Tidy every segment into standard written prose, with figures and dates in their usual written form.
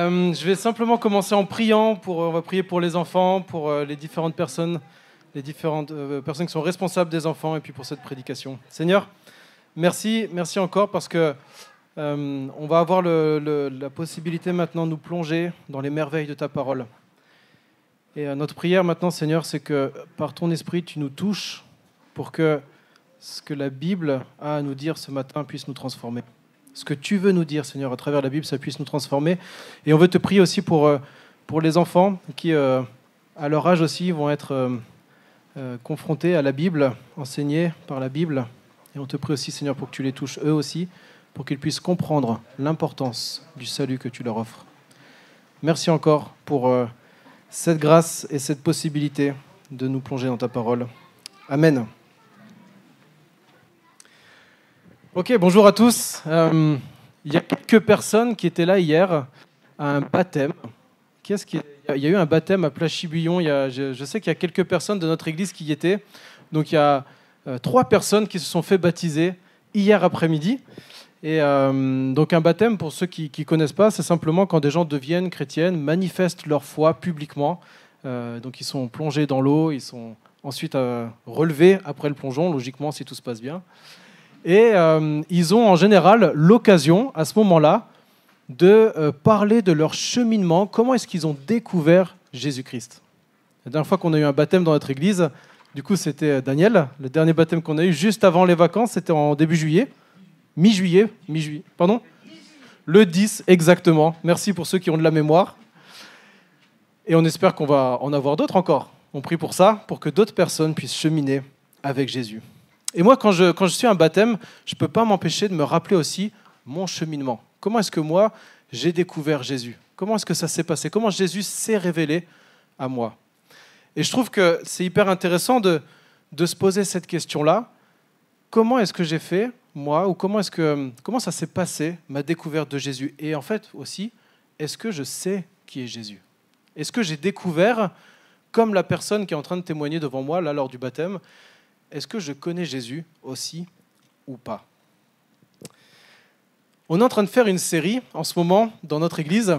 Je vais simplement commencer en priant. On va prier pour les enfants, pour les différentes personnes qui sont responsables des enfants, et puis pour cette prédication. Seigneur, merci encore parce que on va avoir la possibilité maintenant de nous plonger dans les merveilles de ta parole. Et notre prière maintenant, Seigneur, c'est que par ton esprit, tu nous touches pour que ce que la Bible a à nous dire ce matin puisse nous transformer. Ce que tu veux nous dire, Seigneur, à travers la Bible, ça puisse nous transformer. Et on veut te prier aussi pour les enfants qui, à leur âge aussi, vont être confrontés à la Bible, enseignés par la Bible. Et on te prie aussi, Seigneur, pour que tu les touches eux aussi, pour qu'ils puissent comprendre l'importance du salut que tu leur offres. Merci encore pour cette grâce et cette possibilité de nous plonger dans ta parole. Amen. Ok, bonjour à tous. Il y a quelques personnes qui étaient là hier à un baptême. Il y a eu un baptême à Plachy-Buyon. Je sais qu'il y a quelques personnes de notre église qui y étaient. Donc il y a 3 personnes qui se sont fait baptiser hier après-midi. Et donc un baptême, pour ceux qui ne connaissent pas, c'est simplement quand des gens deviennent chrétiennes, manifestent leur foi publiquement. Donc ils sont plongés dans l'eau, ils sont ensuite relevés après le plongeon, logiquement si tout se passe bien. Et ils ont en général l'occasion, à ce moment-là, de parler de leur cheminement. Comment est-ce qu'ils ont découvert Jésus-Christ ? La dernière fois qu'on a eu un baptême dans notre église, du coup, c'était Daniel. Le dernier baptême qu'on a eu juste avant les vacances, c'était en début juillet. Mi-juillet. Pardon ? Le 10, exactement. Merci pour ceux qui ont de la mémoire. Et on espère qu'on va en avoir d'autres encore. On prie pour ça, pour que d'autres personnes puissent cheminer avec Jésus. Et moi, quand je suis à un baptême, je ne peux pas m'empêcher de me rappeler aussi mon cheminement. Comment est-ce que moi, j'ai découvert Jésus ? Comment est-ce que ça s'est passé ? Comment Jésus s'est révélé à moi ? Et je trouve que c'est hyper intéressant de se poser cette question-là. Comment est-ce que j'ai fait, moi, ou comment ça s'est passé, ma découverte de Jésus ? Et en fait aussi, est-ce que je sais qui est Jésus ? Est-ce que j'ai découvert, comme la personne qui est en train de témoigner devant moi, là, lors du baptême, est-ce que je connais Jésus aussi ou pas ? On est en train de faire une série en ce moment dans notre église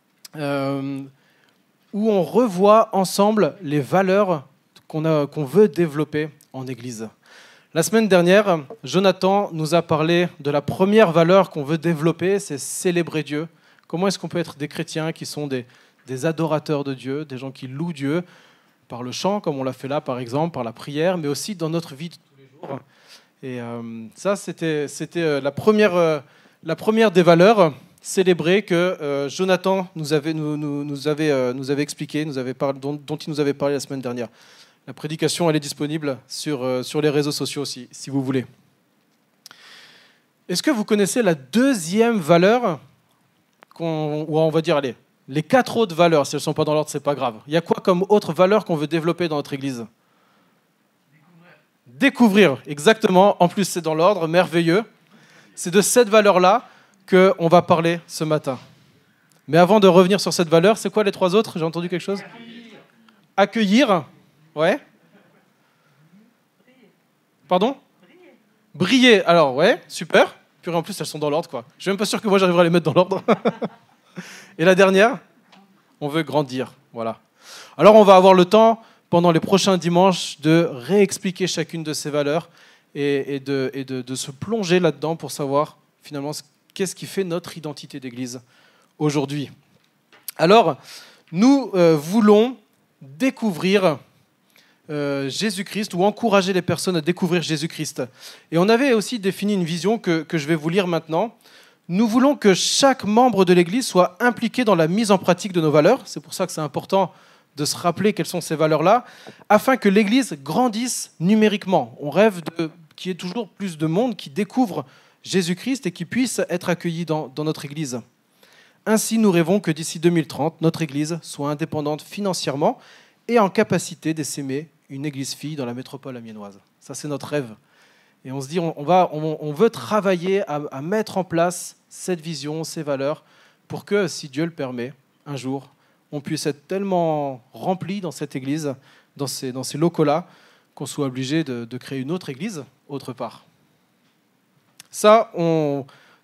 où on revoit ensemble les valeurs qu'on veut développer en église. La semaine dernière, Jonathan nous a parlé de la première valeur qu'on veut développer, c'est célébrer Dieu. Comment est-ce qu'on peut être des chrétiens qui sont des adorateurs de Dieu, des gens qui louent Dieu, par le chant, comme on l'a fait là, par exemple, par la prière, mais aussi dans notre vie de tous les jours. Et ça, c'était la première des valeurs célébrées que Jonathan nous avait expliqué, dont il nous avait parlé la semaine dernière. La prédication, elle est disponible sur les réseaux sociaux aussi, si vous voulez. Est-ce que vous connaissez la deuxième valeur ou on va dire, allez, les 4 autres valeurs, si elles ne sont pas dans l'ordre, ce n'est pas grave. Il y a quoi comme autre valeur qu'on veut développer dans notre église ? Découvrir, exactement. En plus, c'est dans l'ordre, merveilleux. C'est de cette valeur-là qu'on va parler ce matin. Mais avant de revenir sur cette valeur, c'est quoi les 3 autres ? J'ai entendu quelque chose ? Accueillir. Ouais. Pardon ? Briller. Alors, ouais, super. Puis en plus, elles sont dans l'ordre, quoi. Je suis même pas sûr que moi, j'arriverai à les mettre dans l'ordre. Et la dernière, on veut grandir. Voilà. Alors, on va avoir le temps, pendant les prochains dimanches, de réexpliquer chacune de ces valeurs et de se plonger là-dedans pour savoir, finalement, qu'est-ce qui fait notre identité d'église aujourd'hui. Alors, nous voulons découvrir Jésus-Christ ou encourager les personnes à découvrir Jésus-Christ. Et on avait aussi défini une vision que je vais vous lire maintenant. Nous voulons que chaque membre de l'Église soit impliqué dans la mise en pratique de nos valeurs. C'est pour ça que c'est important de se rappeler quelles sont ces valeurs-là, afin que l'Église grandisse numériquement. On rêve qu'il y ait toujours plus de monde qui découvre Jésus-Christ et qui puisse être accueilli dans notre Église. Ainsi, nous rêvons que d'ici 2030, notre Église soit indépendante financièrement et en capacité d'essaimer une Église-fille dans la métropole amiénoise. Ça, c'est notre rêve. Et on se dit, on veut travailler à mettre en place cette vision, ces valeurs, pour que, si Dieu le permet, un jour, on puisse être tellement rempli dans cette église, dans ces locaux-là, qu'on soit obligé de créer une autre église autre part. Ça,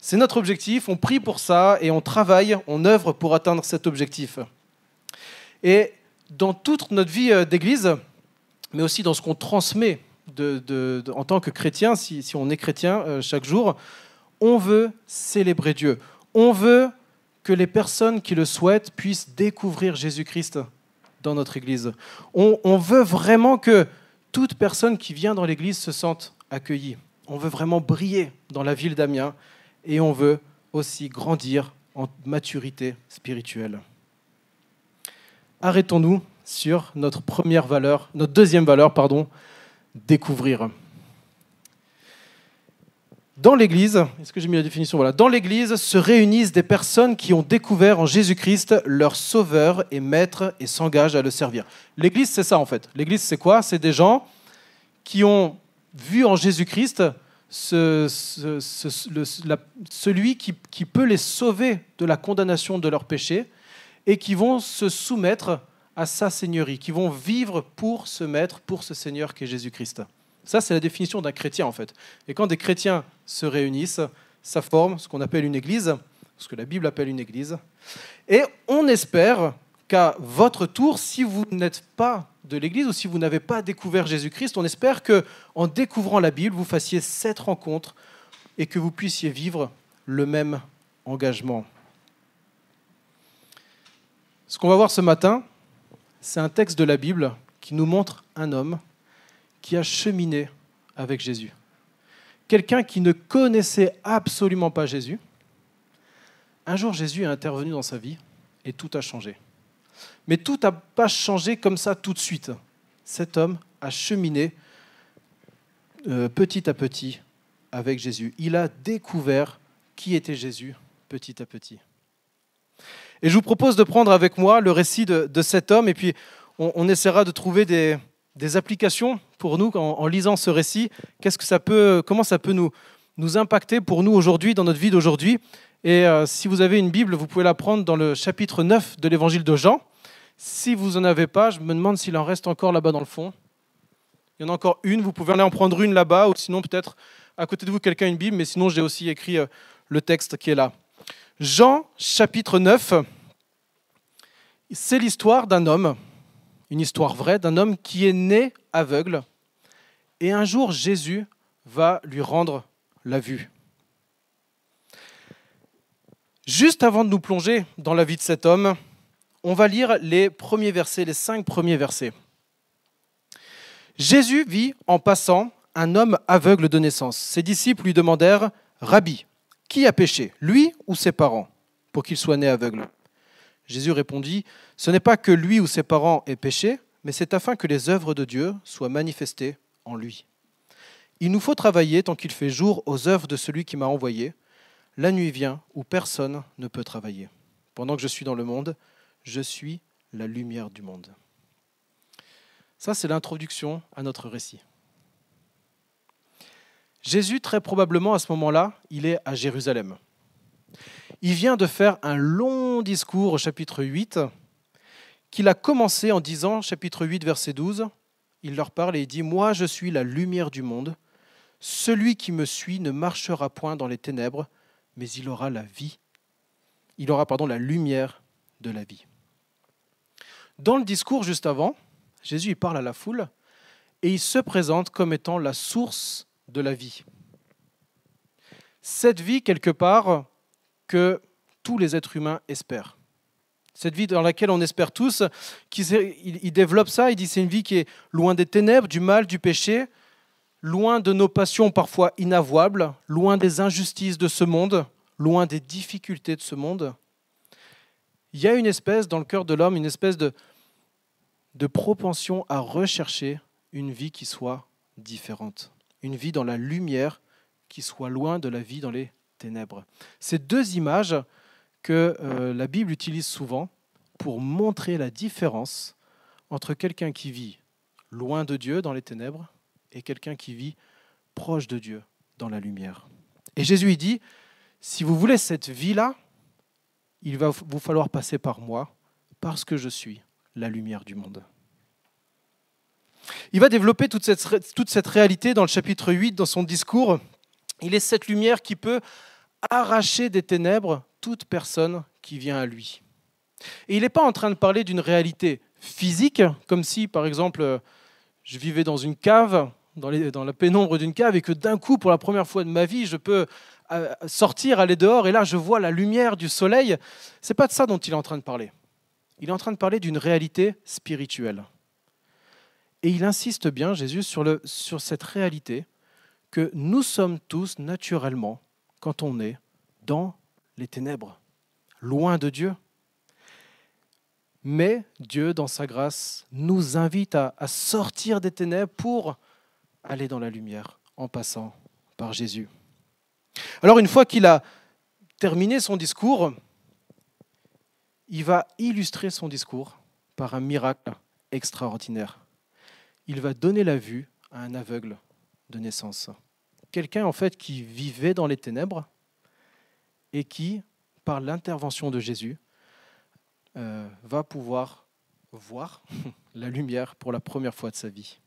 C'est notre objectif, on prie pour ça et on travaille, on œuvre pour atteindre cet objectif. Et dans toute notre vie d'église, mais aussi dans ce qu'on transmet en tant que chrétien, si on est chrétien chaque jour, on veut célébrer Dieu. On veut que les personnes qui le souhaitent puissent découvrir Jésus-Christ dans notre église. On veut vraiment que toute personne qui vient dans l'église se sente accueillie. On veut vraiment briller dans la ville d'Amiens et on veut aussi grandir en maturité spirituelle. Arrêtons-nous sur notre deuxième valeur, découvrir. Dans l'Église, est-ce que j'ai mis la définition ? Voilà. Dans l'Église se réunissent des personnes qui ont découvert en Jésus-Christ leur sauveur et maître et s'engagent à le servir. L'Église, c'est ça en fait. L'Église, c'est quoi ? C'est des gens qui ont vu en Jésus-Christ celui qui peut les sauver de la condamnation de leurs péchés et qui vont se soumettre à sa seigneurie, qui vont vivre pour ce maître, pour ce Seigneur qu'est Jésus-Christ. Ça, c'est la définition d'un chrétien, en fait. Et quand des chrétiens se réunissent, ça forme ce qu'on appelle une église, ce que la Bible appelle une église. Et on espère qu'à votre tour, si vous n'êtes pas de l'église ou si vous n'avez pas découvert Jésus-Christ, on espère qu'en découvrant la Bible, vous fassiez cette rencontre et que vous puissiez vivre le même engagement. Ce qu'on va voir ce matin, c'est un texte de la Bible qui nous montre un homme qui a cheminé avec Jésus. Quelqu'un qui ne connaissait absolument pas Jésus. Un jour, Jésus est intervenu dans sa vie et tout a changé. Mais tout n'a pas changé comme ça tout de suite. Cet homme a cheminé petit à petit avec Jésus. Il a découvert qui était Jésus petit à petit. Et je vous propose de prendre avec moi le récit de cet homme et puis on essaiera de trouver des applications pour nous en lisant ce récit. Comment ça peut nous impacter pour nous aujourd'hui, dans notre vie d'aujourd'hui. Et si vous avez une Bible, vous pouvez la prendre dans le chapitre 9 de l'évangile de Jean. Si vous n'en avez pas, je me demande s'il en reste encore là-bas dans le fond. Il y en a encore une, vous pouvez aller en prendre une là-bas, ou sinon peut-être à côté de vous quelqu'un a une Bible, mais sinon j'ai aussi écrit le texte qui est là. Jean, chapitre 9, c'est l'histoire d'un homme, une histoire vraie, d'un homme qui est né aveugle. Et un jour, Jésus va lui rendre la vue. Juste avant de nous plonger dans la vie de cet homme, on va lire les 5 premiers versets. Jésus vit en passant un homme aveugle de naissance. Ses disciples lui demandèrent « Rabbi, qui a péché, lui ou ses parents, pour qu'il soit né aveugle ?» Jésus répondit « Ce n'est pas que lui ou ses parents aient péché, mais c'est afin que les œuvres de Dieu soient manifestées en lui. Il nous faut travailler tant qu'il fait jour aux œuvres de celui qui m'a envoyé. La nuit vient où personne ne peut travailler. Pendant que je suis dans le monde, je suis la lumière du monde. » Ça, c'est l'introduction à notre récit. Jésus, très probablement, à ce moment-là, il est à Jérusalem. Il vient de faire un long discours au chapitre 8, qu'il a commencé en disant, chapitre 8, verset 12, il leur parle et il dit « Moi, je suis la lumière du monde. Celui qui me suit ne marchera point dans les ténèbres, mais il aura la vie. Il aura, la lumière de la vie. » Dans le discours juste avant, Jésus il parle à la foule et il se présente comme étant la source de la vie. Cette vie, quelque part, que tous les êtres humains espèrent. Cette vie dans laquelle on espère tous, il développe ça, il dit c'est une vie qui est loin des ténèbres, du mal, du péché, loin de nos passions parfois inavouables, loin des injustices de ce monde, loin des difficultés de ce monde. Il y a une espèce, dans le cœur de l'homme, une espèce de propension à rechercher une vie qui soit différente, une vie dans la lumière qui soit loin de la vie dans les ténèbres. Ces deux images que la Bible utilise souvent pour montrer la différence entre quelqu'un qui vit loin de Dieu dans les ténèbres et quelqu'un qui vit proche de Dieu dans la lumière. Et Jésus il dit, si vous voulez cette vie-là, il va vous falloir passer par moi parce que je suis la lumière du monde. Il va développer toute cette réalité dans le chapitre 8, dans son discours. Il est cette lumière qui peut arracher des ténèbres toute personne qui vient à lui. Et il n'est pas en train de parler d'une réalité physique, comme si, par exemple, je vivais dans une cave, dans la pénombre d'une cave, et que d'un coup, pour la première fois de ma vie, je peux sortir, aller dehors, et là, je vois la lumière du soleil. Ce n'est pas de ça dont il est en train de parler. Il est en train de parler d'une réalité spirituelle. Et il insiste bien, Jésus, sur cette réalité que nous sommes tous naturellement, quand on est dans les ténèbres, loin de Dieu. Mais Dieu, dans sa grâce, nous invite à sortir des ténèbres pour aller dans la lumière en passant par Jésus. Alors une fois qu'il a terminé son discours, il va illustrer son discours par un miracle extraordinaire. Il va donner la vue à un aveugle de naissance. Quelqu'un en fait qui vivait dans les ténèbres et qui, par l'intervention de Jésus, va pouvoir voir la lumière pour la première fois de sa vie.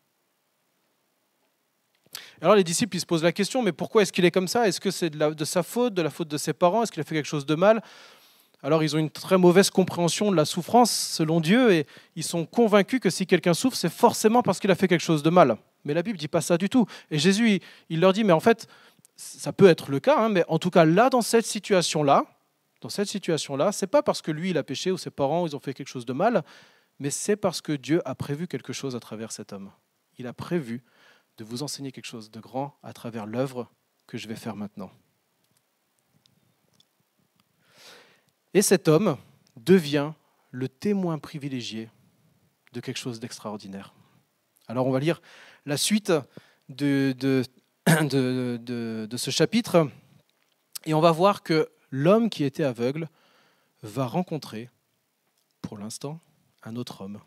Alors les disciples ils se posent la question, mais pourquoi est-ce qu'il est comme ça? Est-ce que c'est de sa faute, de la faute de ses parents? Est-ce qu'il a fait quelque chose de mal? Alors ils ont une très mauvaise compréhension de la souffrance selon Dieu et ils sont convaincus que si quelqu'un souffre, c'est forcément parce qu'il a fait quelque chose de mal. Mais la Bible ne dit pas ça du tout. Et Jésus, il leur dit, mais en fait, ça peut être le cas, mais en tout cas là, dans cette situation-là, c'est pas parce que lui, il a péché ou ses parents, ils ont fait quelque chose de mal, mais c'est parce que Dieu a prévu quelque chose à travers cet homme. Il a prévu de vous enseigner quelque chose de grand à travers l'œuvre que je vais faire maintenant. Et cet homme devient le témoin privilégié de quelque chose d'extraordinaire. Alors on va lire la suite de ce chapitre et on va voir que l'homme qui était aveugle va rencontrer, pour l'instant, un autre homme.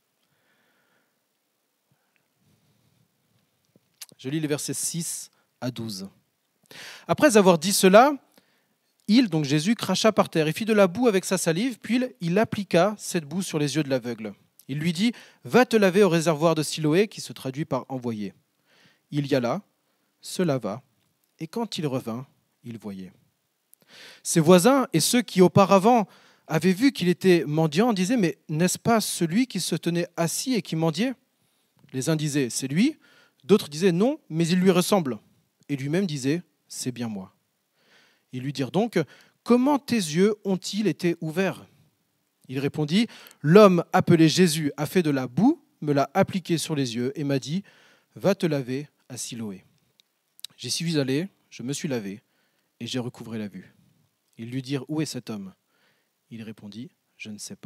Je lis les versets 6 à 12. Après avoir dit cela, donc Jésus, cracha par terre et fit de la boue avec sa salive, puis il appliqua cette boue sur les yeux de l'aveugle. Il lui dit, « Va te laver au réservoir de Siloé » qui se traduit par « envoyer ». Il y alla, se lava, et quand il revint, il voyait. Ses voisins et ceux qui auparavant avaient vu qu'il était mendiant disaient, « Mais n'est-ce pas celui qui se tenait assis et qui mendiait ?» Les uns disaient, « C'est lui », d'autres disaient, « Non, mais il lui ressemble. » Et lui-même disait, « C'est bien moi. » Ils lui dirent donc, « Comment tes yeux ont-ils été ouverts ?» Il répondit, « L'homme appelé Jésus a fait de la boue, me l'a appliqué sur les yeux et m'a dit, « Va te laver à Siloé. » J'y suis allé, je me suis lavé et j'ai recouvré la vue. Ils lui dirent, « Où est cet homme ?» Il répondit, « Je ne sais pas. »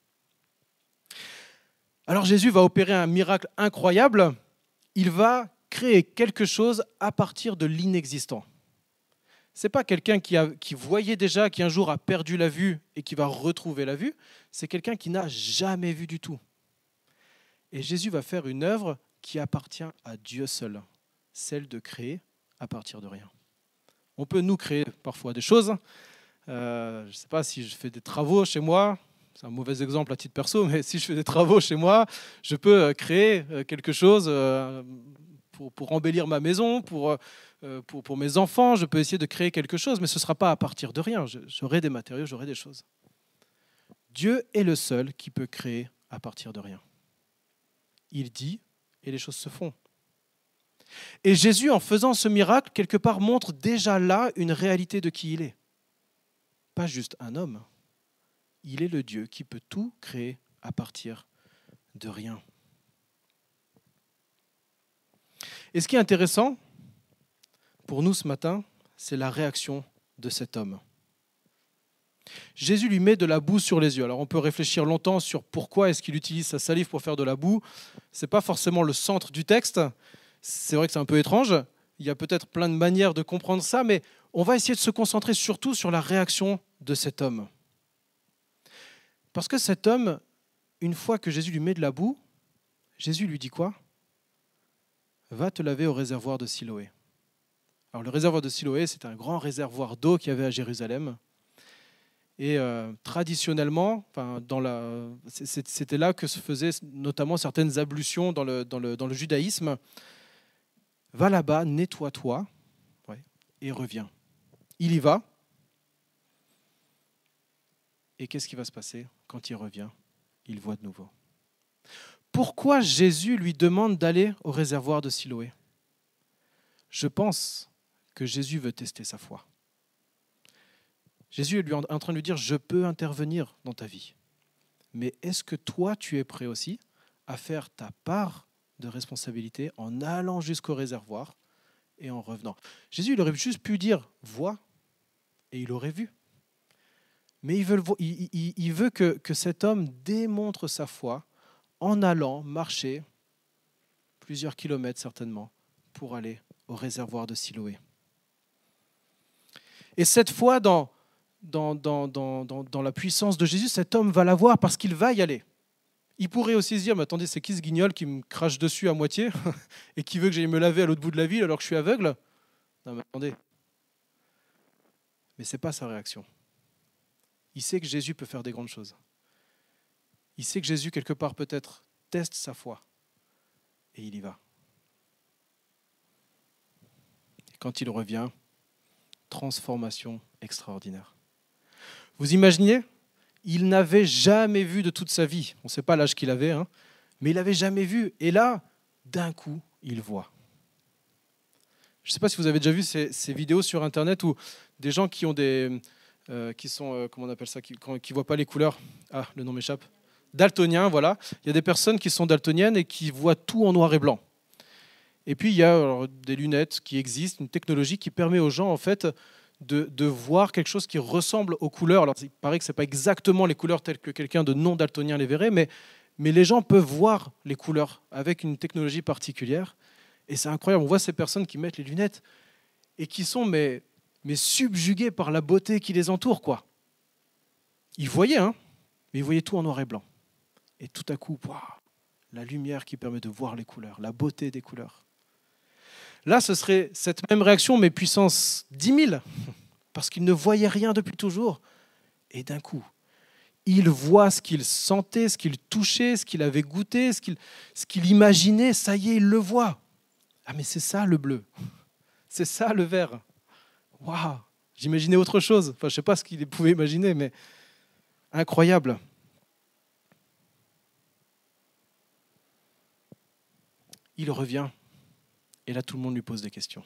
Alors Jésus va opérer un miracle incroyable. Il va créer quelque chose à partir de l'inexistant. Ce n'est pas quelqu'un qui voyait déjà, qui un jour a perdu la vue et qui va retrouver la vue. C'est quelqu'un qui n'a jamais vu du tout. Et Jésus va faire une œuvre qui appartient à Dieu seul, celle de créer à partir de rien. On peut nous créer parfois des choses. Je ne sais pas si je fais des travaux chez moi, c'est un mauvais exemple à titre perso, mais si je fais des travaux chez moi, je peux créer quelque chose pour embellir ma maison, pour mes enfants, je peux essayer de créer quelque chose, mais ce ne sera pas à partir de rien. J'aurai des matériaux, j'aurai des choses. Dieu est le seul qui peut créer à partir de rien. Il dit et les choses se font. Et Jésus, en faisant ce miracle, quelque part montre déjà là une réalité de qui il est. Pas juste un homme. Il est le Dieu qui peut tout créer à partir de rien. Et ce qui est intéressant pour nous ce matin, c'est la réaction de cet homme. Jésus lui met de la boue sur les yeux. Alors on peut réfléchir longtemps sur pourquoi est-ce qu'il utilise sa salive pour faire de la boue. Ce n'est pas forcément le centre du texte. C'est vrai que c'est un peu étrange. Il y a peut-être plein de manières de comprendre ça, mais on va essayer de se concentrer surtout sur la réaction de cet homme. Parce que cet homme, une fois que Jésus lui met de la boue, Jésus lui dit quoi ? Va te laver au réservoir de Siloé. Alors le réservoir de Siloé, c'est un grand réservoir d'eau qu'il y avait à Jérusalem. Et traditionnellement, c'était là que se faisaient notamment certaines ablutions dans le judaïsme. Va là-bas, nettoie-toi et reviens. il y va. Et qu'est-ce qui va se passer quand il revient? Il voit de nouveau. Pourquoi Jésus lui demande d'aller au réservoir de Siloé? Je pense que Jésus veut tester sa foi. Jésus est en train de lui dire, je peux intervenir dans ta vie. Mais est-ce que toi, tu es prêt aussi à faire ta part de responsabilité en allant jusqu'au réservoir et en revenant? Jésus, il aurait juste pu dire, vois, et il aurait vu. Mais il veut que cet homme démontre sa foi en allant marcher plusieurs kilomètres certainement pour aller au réservoir de Siloé. Et cette foi dans la puissance de Jésus, cet homme va la voir parce qu'il va y aller. Il pourrait aussi se dire, mais attendez, c'est qui ce guignol qui me crache dessus à moitié et qui veut que j'aille me laver à l'autre bout de la ville alors que je suis aveugle? Non mais attendez. Mais ce n'est pas sa réaction. Il sait que Jésus peut faire des grandes choses. Il sait que Jésus, quelque part peut-être, teste sa foi. Et il y va. Et quand il revient, transformation extraordinaire. Vous imaginez? Il n'avait jamais vu de toute sa vie. On ne sait pas l'âge qu'il avait, mais il n'avait jamais vu. Et là, d'un coup, il voit. Je ne sais pas si vous avez déjà vu ces vidéos sur Internet où des gens qui ont qui sont, comment on appelle ça, qui ne voient pas les couleurs. Ah, le nom m'échappe. Daltoniens, voilà. Il y a des personnes qui sont daltoniennes et qui voient tout en noir et blanc. Et puis, il y a des lunettes qui existent, une technologie qui permet aux gens, en fait, de voir quelque chose qui ressemble aux couleurs. Alors, il paraît que ce n'est pas exactement les couleurs telles que quelqu'un de non-daltonien les verrait, mais les gens peuvent voir les couleurs avec une technologie particulière. Et c'est incroyable. On voit ces personnes qui mettent les lunettes et qui sont mais subjuguées par la beauté qui les entoure, quoi. Ils voyaient, mais ils voyaient tout en noir et blanc. Et tout à coup, la lumière qui permet de voir les couleurs, la beauté des couleurs. Là, ce serait cette même réaction, mais puissance 10 000, parce qu'il ne voyait rien depuis toujours. Et d'un coup, il voit ce qu'il sentait, ce qu'il touchait, ce qu'il avait goûté, ce qu'il imaginait. Ça y est, il le voit. Ah, mais c'est ça le bleu. C'est ça le vert. Waouh! J'imaginais autre chose. Enfin, je ne sais pas ce qu'il pouvait imaginer, mais incroyable. Il revient. Et là, tout le monde lui pose des questions.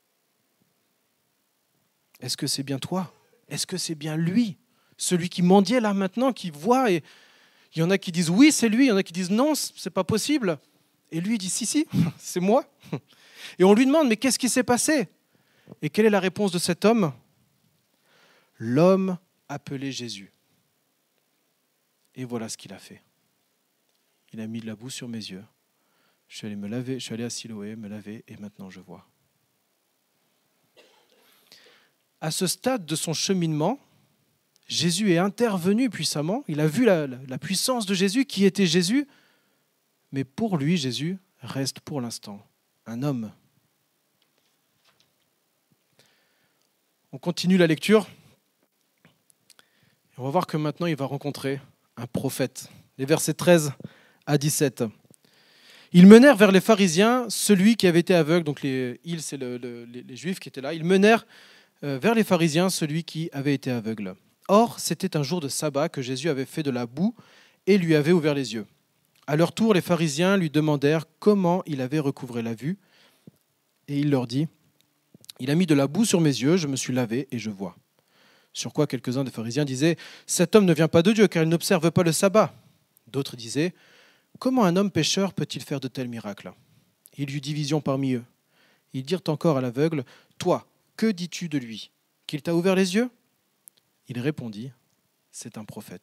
Est-ce que c'est bien toi? Est-ce que c'est bien lui? Celui qui mendiait là maintenant, qui voit, et il y en a qui disent oui, c'est lui, il y en a qui disent non, c'est pas possible. Et lui, il dit si, c'est moi. Et on lui demande, mais qu'est-ce qui s'est passé? Et quelle est la réponse de cet homme? L'homme appelé Jésus. Et voilà ce qu'il a fait. Il a mis de la boue sur mes yeux. Je suis allé me laver, je suis allé à Siloé, me laver, et maintenant je vois. À ce stade de son cheminement, Jésus est intervenu puissamment. Il a vu la puissance de Jésus, qui était Jésus. Mais pour lui, Jésus reste pour l'instant un homme. On continue la lecture. On va voir que maintenant, il va rencontrer un prophète. Les versets 13 à 17. Ils menèrent vers les pharisiens celui qui avait été aveugle. Donc ils, c'est les Juifs qui étaient là. Ils menèrent vers les pharisiens celui qui avait été aveugle. Or, c'était un jour de sabbat que Jésus avait fait de la boue et lui avait ouvert les yeux. À leur tour, les pharisiens lui demandèrent comment il avait recouvré la vue. Et il leur dit, « Il a mis de la boue sur mes yeux, je me suis lavé et je vois. » Sur quoi quelques-uns des pharisiens disaient, « Cet homme ne vient pas de Dieu, car il n'observe pas le sabbat. » D'autres disaient, « Comment un homme pécheur peut-il faire de tels miracles ?» Il y eut division parmi eux. Ils dirent encore à l'aveugle, « Toi, que dis-tu de lui? Qu'il t'a ouvert les yeux ?» Il répondit, « C'est un prophète. »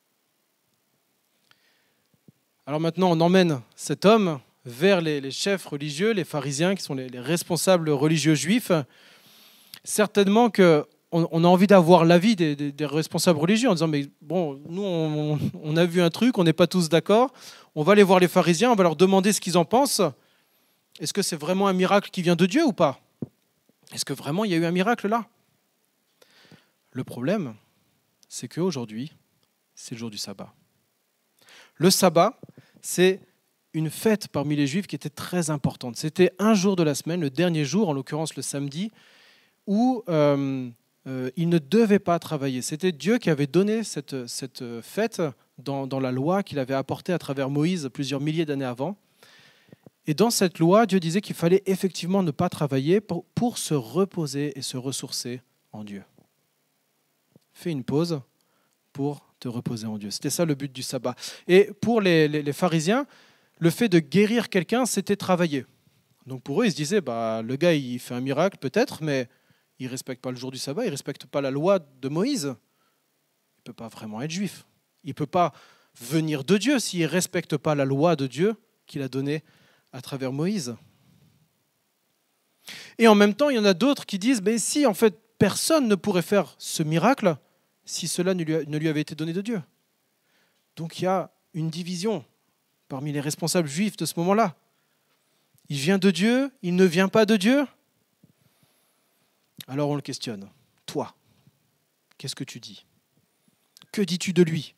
Alors maintenant, on emmène cet homme vers les chefs religieux, les pharisiens, qui sont les responsables religieux juifs. Certainement qu'on a envie d'avoir l'avis des responsables religieux en disant, mais bon, nous, on a vu un truc, on n'est pas tous d'accord, on va aller voir les pharisiens, on va leur demander ce qu'ils en pensent. Est-ce que c'est vraiment un miracle qui vient de Dieu ou pas? Est-ce que vraiment il y a eu un miracle là? Le problème, c'est qu'aujourd'hui, c'est le jour du sabbat. Le sabbat, c'est une fête parmi les Juifs qui était très importante. C'était un jour de la semaine, le dernier jour, en l'occurrence le samedi, où il ne devait pas travailler. C'était Dieu qui avait donné cette fête dans la loi qu'il avait apportée à travers Moïse plusieurs milliers d'années avant. Et dans cette loi, Dieu disait qu'il fallait effectivement ne pas travailler pour se reposer et se ressourcer en Dieu. Fais une pause pour te reposer en Dieu. C'était ça le but du sabbat. Et pour les pharisiens, le fait de guérir quelqu'un, c'était travailler. Donc pour eux, ils se disaient, le gars, il fait un miracle peut-être, mais il ne respecte pas le jour du sabbat, il ne respecte pas la loi de Moïse. Il ne peut pas vraiment être juif. Il ne peut pas venir de Dieu s'il ne respecte pas la loi de Dieu qu'il a donnée à travers Moïse. Et en même temps, il y en a d'autres qui disent, si en fait personne ne pourrait faire ce miracle si cela ne lui avait été donné de Dieu. Donc il y a une division parmi les responsables juifs de ce moment-là. Il vient de Dieu, il ne vient pas de Dieu. Alors on le questionne. Toi, qu'est-ce que tu dis? Que dis-tu de lui?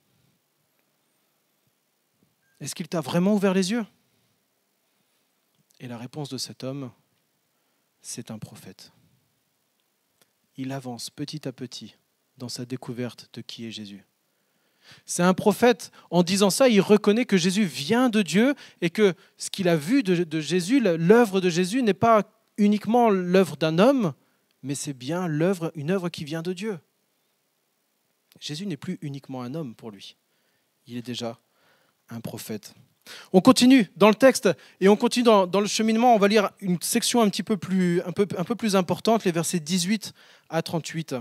Est-ce qu'il t'a vraiment ouvert les yeux? Et la réponse de cet homme, c'est un prophète. Il avance petit à petit dans sa découverte de qui est Jésus. C'est un prophète. En disant ça, il reconnaît que Jésus vient de Dieu et que ce qu'il a vu de Jésus, l'œuvre de Jésus n'est pas uniquement l'œuvre d'un homme, mais c'est bien une œuvre qui vient de Dieu. Jésus n'est plus uniquement un homme pour lui. Il est déjà un prophète. On continue dans le texte et on continue dans le cheminement. On va lire une section un peu plus importante, les versets 18 à 38.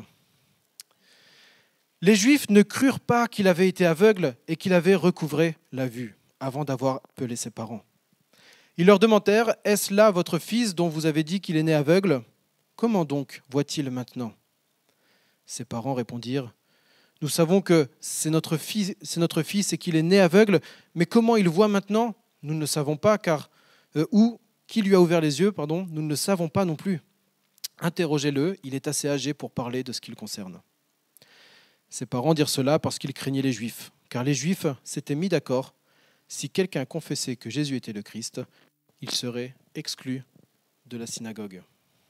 Les Juifs ne crurent pas qu'il avait été aveugle et qu'il avait recouvré la vue avant d'avoir appelé ses parents. Ils leur demandèrent, « Est-ce là votre fils dont vous avez dit qu'il est né aveugle? Comment donc voit-il maintenant ?» Ses parents répondirent, « Nous savons que c'est notre fils et qu'il est né aveugle, mais comment il voit maintenant? Nous ne le savons pas, ou qui lui a ouvert les yeux, nous ne le savons pas non plus. Interrogez-le, il est assez âgé pour parler de ce qui le concerne. » Ses parents dirent cela parce qu'ils craignaient les Juifs, car les Juifs s'étaient mis d'accord. Si quelqu'un confessait que Jésus était le Christ, il serait exclu de la synagogue.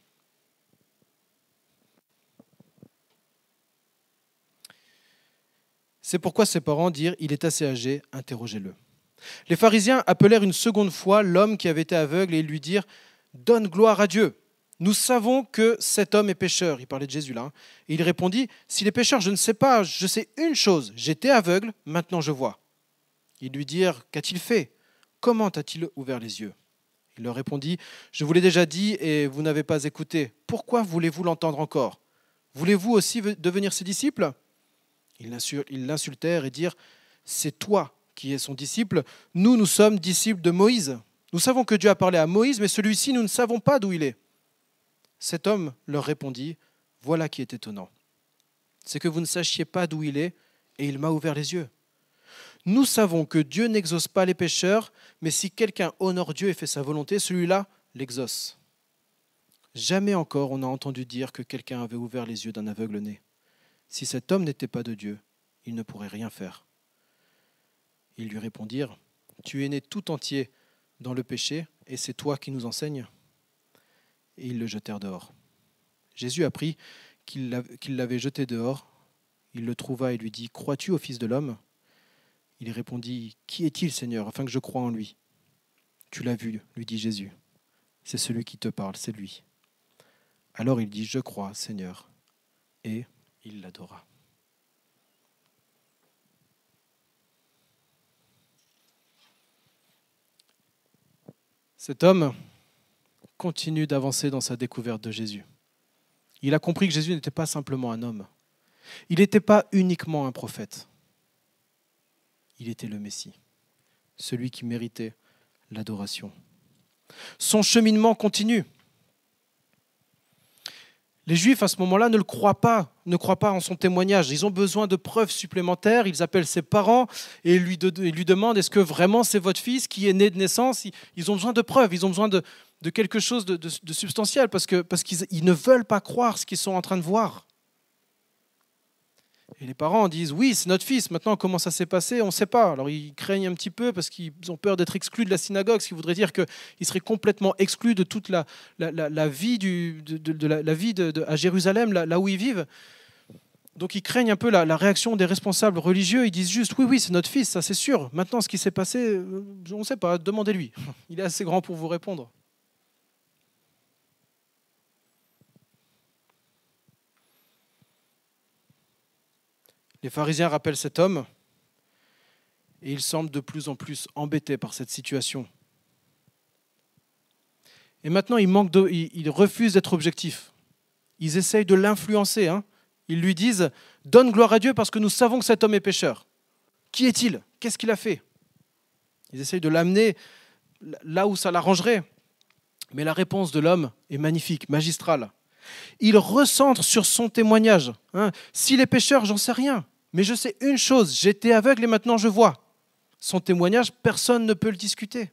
C'est pourquoi ses parents dirent « Il est assez âgé, interrogez-le ». Les pharisiens appelèrent une seconde fois l'homme qui avait été aveugle et ils lui dirent « Donne gloire à Dieu. Nous savons que cet homme est pécheur. » Il parlait de Jésus là. Et il répondit « S'il est pécheur, je ne sais pas. Je sais une chose. J'étais aveugle, maintenant je vois. » Ils lui dirent « Qu'a-t-il fait? Comment a-t-il ouvert les yeux ?» Il leur répondit « Je vous l'ai déjà dit et vous n'avez pas écouté. Pourquoi voulez-vous l'entendre encore? Voulez-vous aussi devenir ses disciples ?» Ils l'insultèrent et dirent « C'est toi qui es son disciple. Nous sommes disciples de Moïse. Nous savons que Dieu a parlé à Moïse, mais celui-ci, nous ne savons pas d'où il est. » Cet homme leur répondit « Voilà qui est étonnant. C'est que vous ne sachiez pas d'où il est, et il m'a ouvert les yeux. Nous savons que Dieu n'exauce pas les pécheurs, mais si quelqu'un honore Dieu et fait sa volonté, celui-là l'exauce. Jamais encore on a entendu dire que quelqu'un avait ouvert les yeux d'un aveugle-né. Si cet homme n'était pas de Dieu, il ne pourrait rien faire. » Ils lui répondirent « Tu es né tout entier dans le péché, et c'est toi qui nous enseignes ?» Et ils le jetèrent dehors. Jésus apprit qu'il l'avait jeté dehors. Il le trouva et lui dit « Crois-tu au Fils de l'homme ?» Il répondit « Qui est-il, Seigneur, afin que je croie en lui ?» « Tu l'as vu, lui dit Jésus. C'est celui qui te parle, c'est lui. » Alors il dit « Je crois, Seigneur. » Et il l'adora. Cet homme continue d'avancer dans sa découverte de Jésus. Il a compris que Jésus n'était pas simplement un homme. Il n'était pas uniquement un prophète. Il était le Messie, celui qui méritait l'adoration. Son cheminement continue. Les Juifs, à ce moment-là, ne croient pas en son témoignage. Ils ont besoin de preuves supplémentaires. Ils appellent ses parents et lui demandent « Est-ce que vraiment c'est votre fils qui est né de naissance ?» Ils ont besoin de preuves, ils ont besoin de quelque chose de substantiel parce qu'ils ne veulent pas croire ce qu'ils sont en train de voir. Et les parents disent, oui, c'est notre fils, maintenant comment ça s'est passé, on ne sait pas. Alors ils craignent un petit peu parce qu'ils ont peur d'être exclus de la synagogue, ce qui voudrait dire qu'ils seraient complètement exclus de toute la vie, à Jérusalem, là où ils vivent. Donc ils craignent un peu la réaction des responsables religieux, ils disent juste, oui, oui, c'est notre fils, ça c'est sûr. Maintenant, ce qui s'est passé, on ne sait pas, demandez-lui. Il est assez grand pour vous répondre. Les pharisiens rappellent cet homme et ils semblent de plus en plus embêtés par cette situation. Et maintenant, ils refusent d'être objectifs. Ils essayent de l'influencer. Ils lui disent « Donne gloire à Dieu parce que nous savons que cet homme est pécheur. Qui est-il? Qu'est-ce qu'il a fait ?» Ils essayent de l'amener là où ça l'arrangerait. Mais la réponse de l'homme est magnifique, magistrale. Il recentre sur son témoignage. S'il est pécheur, j'en sais rien. Mais je sais une chose, j'étais aveugle et maintenant je vois. Son témoignage, personne ne peut le discuter.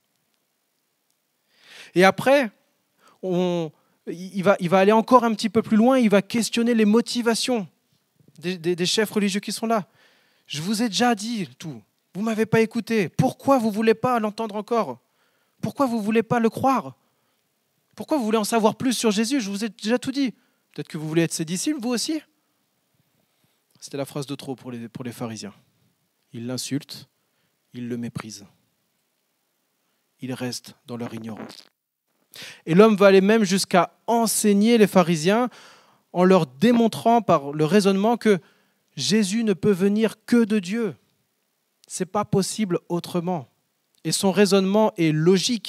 Et après, il va aller encore un petit peu plus loin, il va questionner les motivations des chefs religieux qui sont là. Je vous ai déjà dit tout, vous ne m'avez pas écouté. Pourquoi vous ne voulez pas l'entendre encore? Pourquoi vous ne voulez pas le croire? Pourquoi vous voulez en savoir plus sur Jésus? Je vous ai déjà tout dit. Peut-être que vous voulez être ses disciples, vous aussi? C'était la phrase de trop pour les pharisiens. Ils l'insultent, ils le méprisent. Ils restent dans leur ignorance. Et l'homme va aller même jusqu'à enseigner les pharisiens en leur démontrant par le raisonnement que Jésus ne peut venir que de Dieu. Ce n'est pas possible autrement. Et son raisonnement est logique.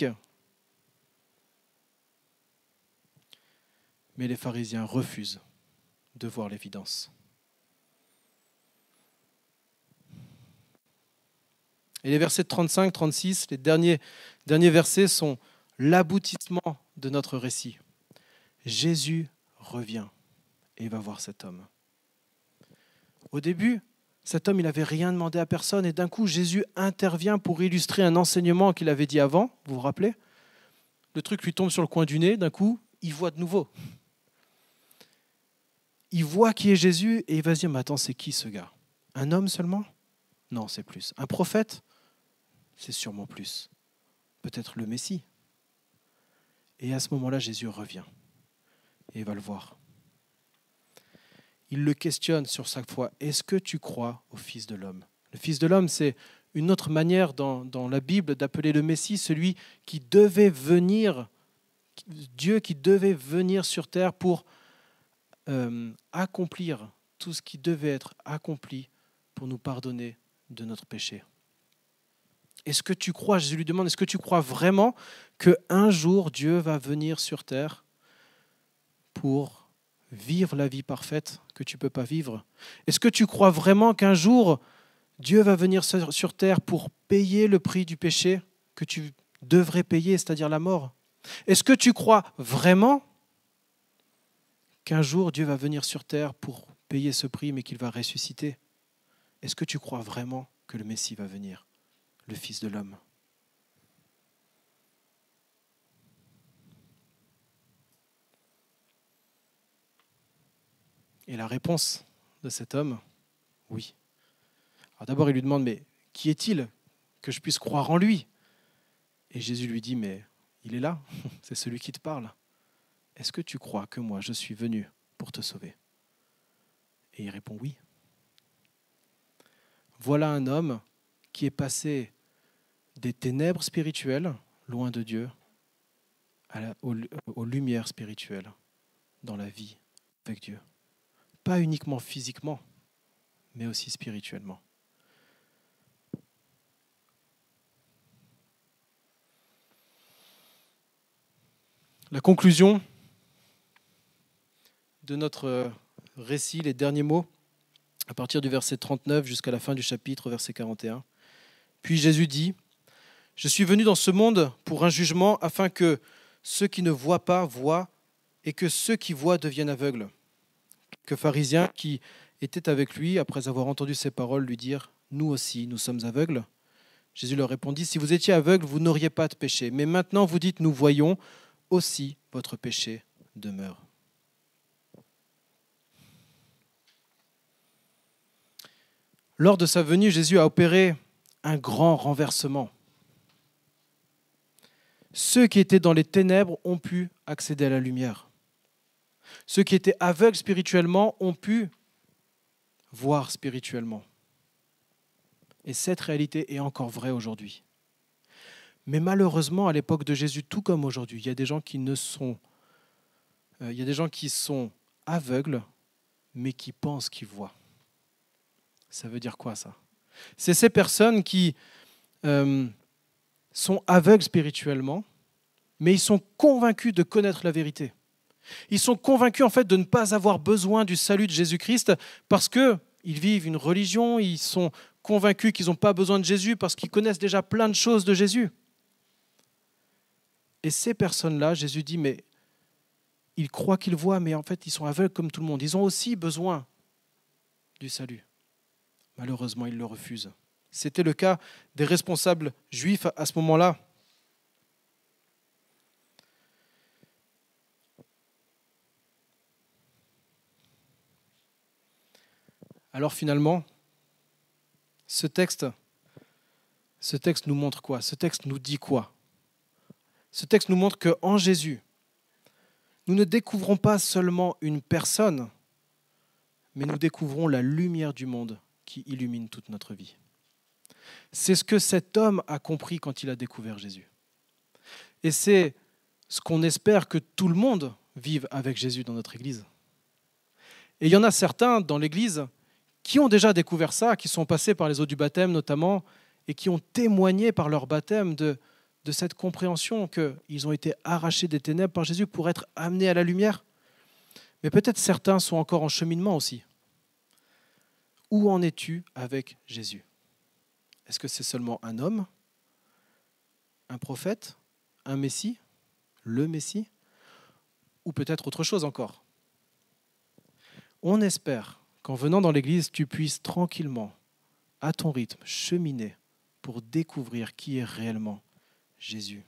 Mais les pharisiens refusent de voir l'évidence. Et les versets 35-36, les derniers versets sont l'aboutissement de notre récit. Jésus revient et va voir cet homme. Au début, cet homme, il n'avait rien demandé à personne et d'un coup, Jésus intervient pour illustrer un enseignement qu'il avait dit avant, vous vous rappelez? Le truc lui tombe sur le coin du nez, d'un coup, il voit de nouveau. Il voit qui est Jésus et il va se dire, mais attends, c'est qui ce gars? Un homme seulement? Non, c'est plus. Un prophète? C'est sûrement plus. Peut-être le Messie. Et à ce moment-là, Jésus revient et il va le voir. Il le questionne sur sa foi. Est-ce que tu crois au Fils de l'homme? Le Fils de l'homme, c'est une autre manière dans la Bible d'appeler le Messie, celui qui devait venir, Dieu qui devait venir sur terre pour accomplir tout ce qui devait être accompli pour nous pardonner de notre péché. Est-ce que tu crois, Jésus lui demande, est-ce que tu crois vraiment qu'un jour Dieu va venir sur terre pour vivre la vie parfaite que tu ne peux pas vivre? Est-ce que tu crois vraiment qu'un jour Dieu va venir sur terre pour payer le prix du péché que tu devrais payer, c'est-à-dire la mort? Est-ce que tu crois vraiment qu'un jour Dieu va venir sur terre pour payer ce prix mais qu'il va ressusciter? Est-ce que tu crois vraiment que le Messie va venir, le Fils de l'homme? Et la réponse de cet homme, oui. Alors d'abord, il lui demande, mais qui est-il que je puisse croire en lui? Et Jésus lui dit, mais il est là, c'est celui qui te parle. Est-ce que tu crois que moi, je suis venu pour te sauver? Et il répond oui. Voilà un homme qui est passé des ténèbres spirituelles, loin de Dieu, aux lumières spirituelles, dans la vie avec Dieu. Pas uniquement physiquement, mais aussi spirituellement. La conclusion de notre récit, les derniers mots, à partir du verset 39 jusqu'à la fin du chapitre, verset 41. Puis Jésus dit, « Je suis venu dans ce monde pour un jugement afin que ceux qui ne voient pas voient et que ceux qui voient deviennent aveugles. » Quelques pharisiens qui étaient avec lui, après avoir entendu ces paroles, lui dirent, « Nous aussi, nous sommes aveugles. » Jésus leur répondit, « Si vous étiez aveugles, vous n'auriez pas de péché. Mais maintenant vous dites, nous voyons, aussi votre péché demeure. » Lors de sa venue, Jésus a opéré un grand renversement. Ceux qui étaient dans les ténèbres ont pu accéder à la lumière. Ceux qui étaient aveugles spirituellement ont pu voir spirituellement. Et cette réalité est encore vraie aujourd'hui. Mais malheureusement, à l'époque de Jésus, tout comme aujourd'hui, il y a des gens qui sont aveugles, mais qui pensent qu'ils voient. Ça veut dire quoi, ça? C'est ces personnes qui sont aveugles spirituellement, mais ils sont convaincus de connaître la vérité. Ils sont convaincus en fait de ne pas avoir besoin du salut de Jésus-Christ parce qu'ils vivent une religion, ils sont convaincus qu'ils n'ont pas besoin de Jésus parce qu'ils connaissent déjà plein de choses de Jésus. Et ces personnes-là, Jésus dit, mais ils croient qu'ils voient, mais en fait ils sont aveugles comme tout le monde. Ils ont aussi besoin du salut. Malheureusement, ils le refusent. C'était le cas des responsables juifs à ce moment-là. Alors finalement, ce texte nous montre quoi? Ce texte nous dit quoi? Ce texte nous montre qu'en Jésus, nous ne découvrons pas seulement une personne, mais nous découvrons la lumière du monde qui illumine toute notre vie. C'est ce que cet homme a compris quand il a découvert Jésus. Et c'est ce qu'on espère que tout le monde vive avec Jésus dans notre Église. Et il y en a certains dans l'Église qui ont déjà découvert ça, qui sont passés par les eaux du baptême notamment, et qui ont témoigné par leur baptême de cette compréhension qu'ils ont été arrachés des ténèbres par Jésus pour être amenés à la lumière. Mais peut-être certains sont encore en cheminement aussi. Où en es-tu avec Jésus? Est-ce que c'est seulement un homme, un prophète, un Messie, le Messie, ou peut-être autre chose encore? On espère qu'en venant dans l'Église, tu puisses tranquillement, à ton rythme, cheminer pour découvrir qui est réellement Jésus.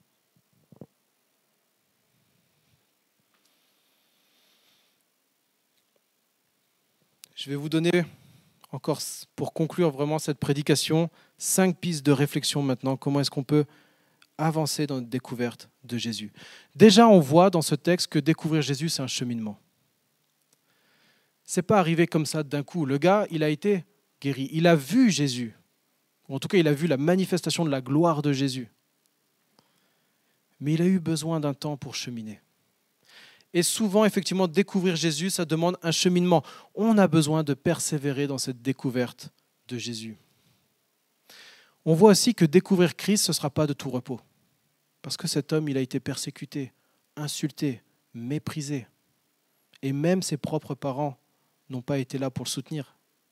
Je vais vous donner encore, pour conclure vraiment cette prédication, 5 pistes de réflexion maintenant. Comment est-ce qu'on peut avancer dans notre découverte de Jésus? Déjà, on voit dans ce texte que découvrir Jésus, c'est un cheminement. Ce n'est pas arrivé comme ça d'un coup. Le gars, il a été guéri. Il a vu Jésus. En tout cas, il a vu la manifestation de la gloire de Jésus. Mais il a eu besoin d'un temps pour cheminer. Et souvent, effectivement, découvrir Jésus, ça demande un cheminement. On a besoin de persévérer dans cette découverte de Jésus. On voit aussi que découvrir Christ, ce ne sera pas de tout repos. Parce que cet homme, il a été persécuté, insulté, méprisé. Et même ses propres parents n'ont pas été là pour le soutenir.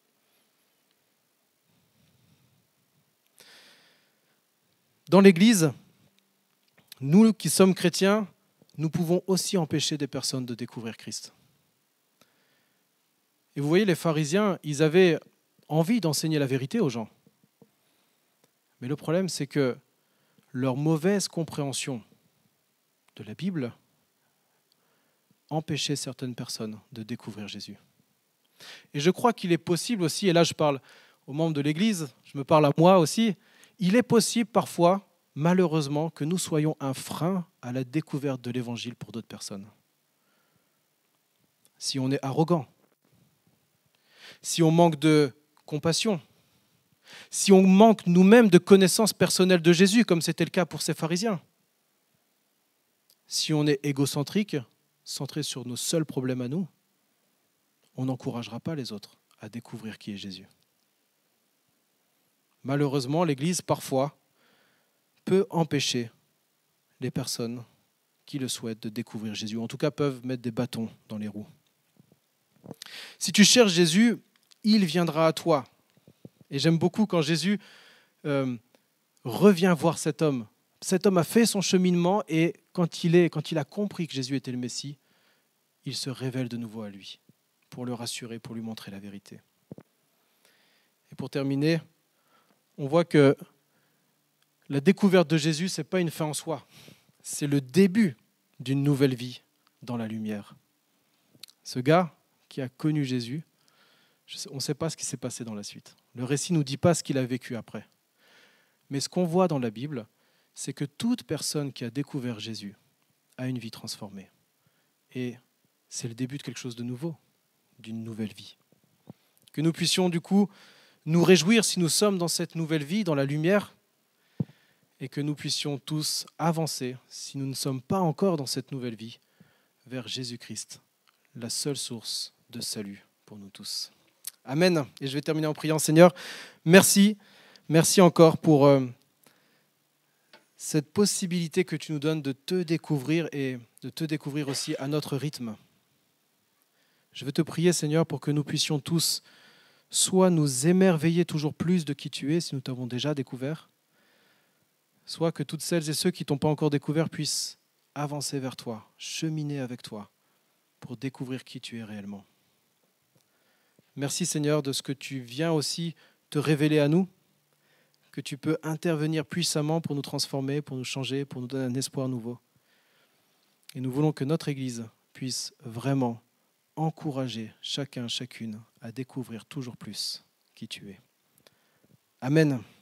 Dans l'Église, nous qui sommes chrétiens, nous pouvons aussi empêcher des personnes de découvrir Christ. Et vous voyez, les pharisiens, ils avaient envie d'enseigner la vérité aux gens. Mais le problème, c'est que leur mauvaise compréhension de la Bible empêchait certaines personnes de découvrir Jésus. Et je crois qu'il est possible aussi, et là je parle aux membres de l'Église, je me parle à moi aussi, il est possible parfois, malheureusement, que nous soyons un frein à la découverte de l'Évangile pour d'autres personnes. Si on est arrogant, si on manque de compassion, si on manque nous-mêmes de connaissances personnelles de Jésus, comme c'était le cas pour ces pharisiens, si on est égocentrique, centré sur nos seuls problèmes à nous, on n'encouragera pas les autres à découvrir qui est Jésus. Malheureusement, l'Église, parfois, peut empêcher les personnes qui le souhaitent de découvrir Jésus. En tout cas, peuvent mettre des bâtons dans les roues. Si tu cherches Jésus, il viendra à toi. Et j'aime beaucoup quand Jésus revient voir cet homme. Cet homme a fait son cheminement et quand il a compris que Jésus était le Messie, il se révèle de nouveau à lui pour le rassurer, pour lui montrer la vérité. Et pour terminer, on voit que la découverte de Jésus, ce n'est pas une fin en soi. C'est le début d'une nouvelle vie dans la lumière. Ce gars qui a connu Jésus, on ne sait pas ce qui s'est passé dans la suite. Le récit ne nous dit pas ce qu'il a vécu après. Mais ce qu'on voit dans la Bible, c'est que toute personne qui a découvert Jésus a une vie transformée. Et c'est le début de quelque chose de nouveau, d'une nouvelle vie. Que nous puissions du coup nous réjouir si nous sommes dans cette nouvelle vie, dans la lumière, et que nous puissions tous avancer, si nous ne sommes pas encore dans cette nouvelle vie, vers Jésus-Christ, la seule source de salut pour nous tous. Amen. Et je vais terminer en priant. Seigneur, merci. Merci encore pour cette possibilité que tu nous donnes de te découvrir et de te découvrir aussi à notre rythme. Je veux te prier, Seigneur, pour que nous puissions tous soit nous émerveiller toujours plus de qui tu es, si nous t'avons déjà découvert, soit que toutes celles et ceux qui ne t'ont pas encore découvert puissent avancer vers toi, cheminer avec toi pour découvrir qui tu es réellement. Merci Seigneur de ce que tu viens aussi te révéler à nous, que tu peux intervenir puissamment pour nous transformer, pour nous changer, pour nous donner un espoir nouveau. Et nous voulons que notre Église puisse vraiment encourager chacun, chacune à découvrir toujours plus qui tu es. Amen.